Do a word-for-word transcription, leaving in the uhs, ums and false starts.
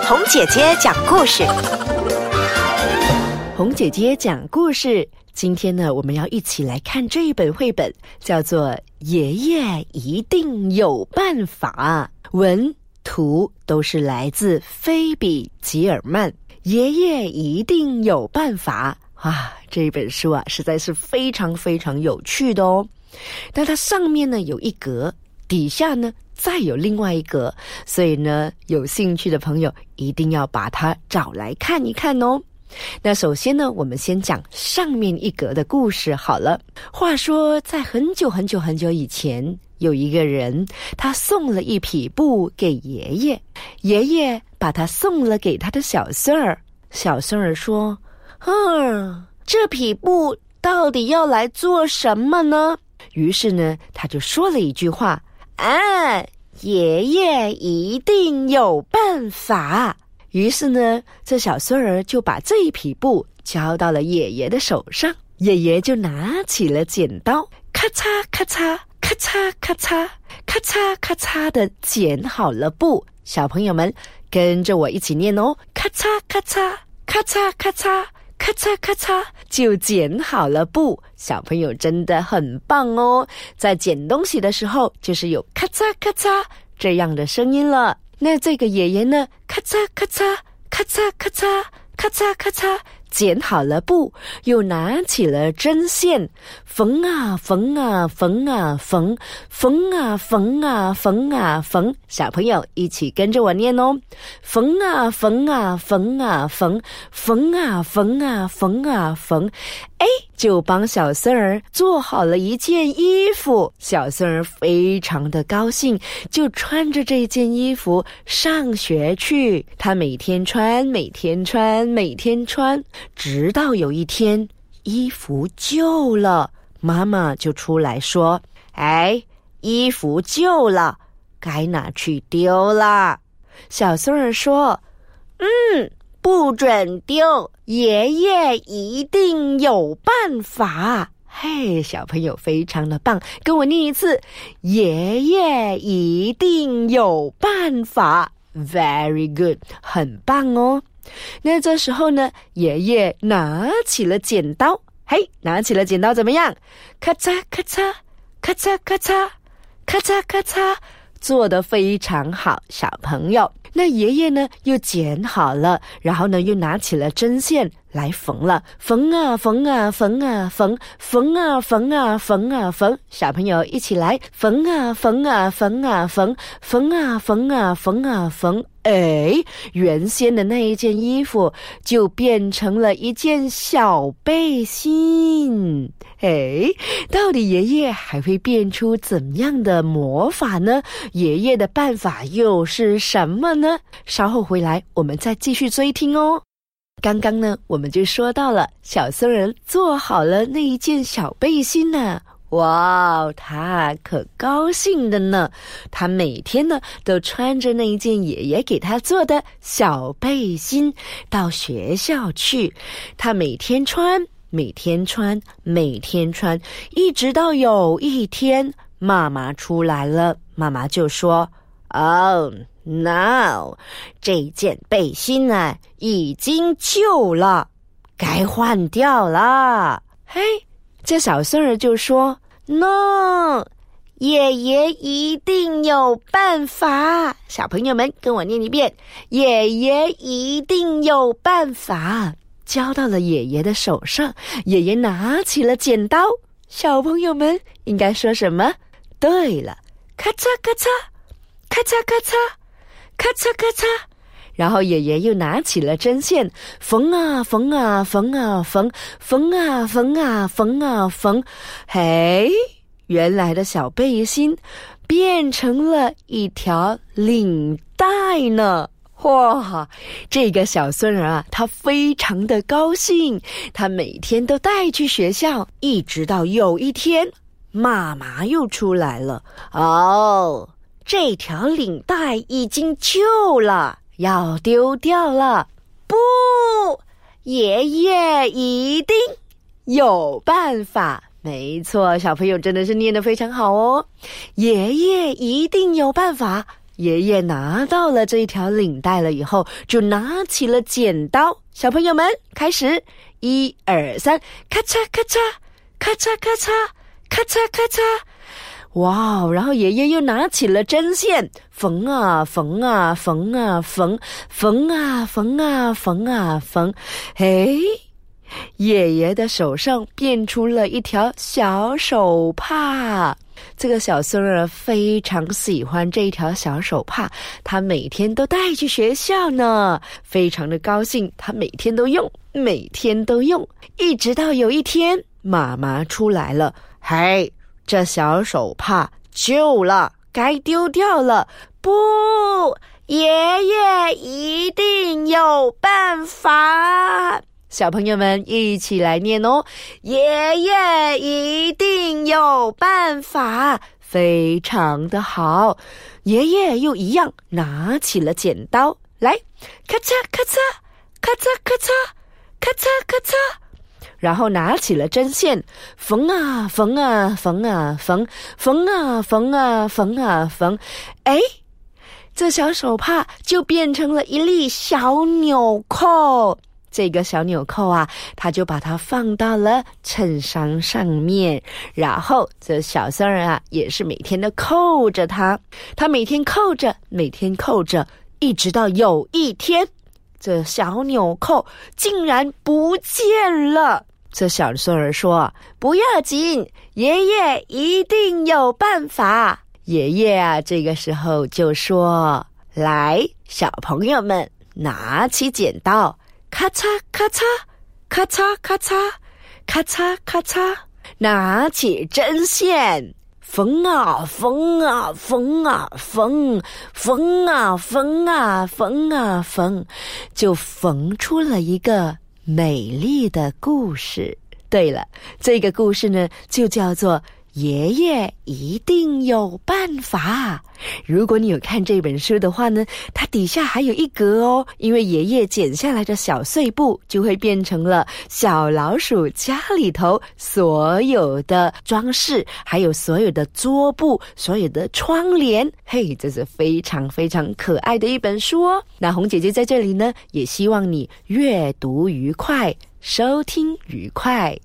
红姐姐讲故事。 红姐姐讲故事，今天呢，我们要一起来看这一本绘本，叫做《爷爷一定有办法》，文图都是来自菲比·吉尔曼。爷爷一定有办法啊！这本书啊，实在是非常非常有趣的哦。但它上面呢有一格，底下呢再有另外一格，所以呢，有兴趣的朋友一定要把它找来看一看哦。那首先呢，我们先讲上面一格的故事好了。话说，在很久很久很久以前，有一个人，他送了一匹布给爷爷，爷爷把他送了给他的小孙儿。小孙儿说：“嗯，这匹布到底要来做什么呢？”于是呢，他就说了一句话：“啊，爷爷一定有办法。”于是呢，这小孙儿就把这一匹布交到了爷爷的手上。爷爷就拿起了剪刀，咔嚓咔嚓咔嚓咔嚓咔嚓咔嚓的剪好了布。小朋友们跟着我一起念哦，咔嚓咔嚓咔嚓咔嚓咔嚓咔嚓，就剪好了布。小朋友真的很棒哦，在剪东西的时候就是有咔嚓咔嚓这样的声音了。那这个爷爷呢，咔嚓咔嚓咔嚓咔嚓咔嚓咔嚓剪好了布，又拿起了针线，缝啊缝啊缝啊缝，缝啊缝啊缝啊缝。小朋友一起跟着我念哦，缝啊缝啊缝啊缝，缝啊缝啊缝啊缝。哎，就帮小孙儿做好了一件衣服。小孙儿非常的高兴，就穿着这件衣服上学去。他每天穿，每天穿，每天穿，直到有一天衣服旧了，妈妈就出来说：“哎，衣服旧了，该拿去丢了。”小孙儿说：“嗯，不准丢，爷爷一定有办法。”嘿，小朋友非常的棒，跟我念一次：爷爷一定有办法。 Very good， 很棒哦。那这时候呢，爷爷拿起了剪刀，嘿，拿起了剪刀怎么样？咔嚓咔嚓咔嚓咔嚓咔嚓咔嚓，做得非常好，小朋友。那爷爷呢又剪好了，然后呢又拿起了针线来缝了，缝啊缝啊缝啊缝，缝啊缝啊缝啊缝。小朋友一起来，缝啊缝啊缝啊缝，缝啊缝啊缝啊缝。哎，原先的那一件衣服就变成了一件小背心。哎，到底爷爷还会变出怎么样的魔法呢？爷爷的办法又是什么呢？稍后回来我们再继续追听哦。刚刚呢，我们就说到了小孙儿做好了那一件小背心呢。哇，他可高兴的呢，他每天呢都穿着那一件爷爷给他做的小背心到学校去。他每天穿每天穿每天穿，一直到有一天妈妈出来了，妈妈就说： Oh no， 这件背心呢已经旧了，该换掉了。嘿，这小孙儿就说： No， 爷爷一定有办法。小朋友们跟我念一遍：爷爷一定有办法。交到了爷爷的手上，爷爷拿起了剪刀。小朋友们应该说什么？对了，咔嚓咔嚓咔嚓咔嚓咔嚓咔嚓。然后爷爷又拿起了针线，缝啊缝啊缝啊缝，缝啊缝啊缝啊缝。嘿，原来的小背心变成了一条领带呢。哇，这个小孙儿啊，他非常的高兴，他每天都带去学校，一直到有一天妈妈又出来了。哦，这条领带已经旧了，要丢掉了。不，爷爷一定有办法。没错，小朋友真的是念得非常好哦。爷爷一定有办法爷爷拿到了这条领带了以后，就拿起了剪刀。小朋友们，开始，一二三，咔嚓咔嚓，咔嚓咔嚓，咔嚓咔嚓。哇！然后爷爷又拿起了针线，缝啊缝啊缝啊缝，缝啊缝啊缝啊缝。诶，爷爷的手上变出了一条小手帕。这个小孙儿非常喜欢这一条小手帕，他每天都带去学校呢，非常的高兴，他每天都用，每天都用，一直到有一天，妈妈出来了，嘿，这小手帕旧了，该丢掉了。不，爷爷一定有办法。小朋友们一起来念哦，爷爷一定有办法，非常的好。爷爷又一样拿起了剪刀，来，咔嚓咔嚓，咔嚓咔嚓，咔嚓咔嚓，然后拿起了针线，缝啊缝啊缝啊缝，缝啊缝啊缝啊缝，哎，这小手帕就变成了一粒小纽扣。这个小纽扣啊，他就把它放到了衬衫上面，然后这小孙儿啊也是每天都扣着它，他每天扣着，每天扣着，一直到有一天，这小纽扣竟然不见了。这小孙儿说，不要紧，爷爷一定有办法。爷爷啊这个时候就说，来，小朋友们拿起剪刀，咔嚓咔嚓，咔嚓咔嚓，咔嚓咔嚓，拿起针线，缝啊缝啊缝啊缝，缝啊缝啊缝啊缝，就缝出了一个美丽的故事。对了，这个故事呢，就叫做爷爷一定有办法。如果你有看这本书的话呢，它底下还有一格哦，因为爷爷剪下来的小碎布就会变成了小老鼠家里头所有的装饰，还有所有的桌布，所有的窗帘。嘿，这是非常非常可爱的一本书哦。那红姐姐在这里呢，也希望你阅读愉快，收听愉快。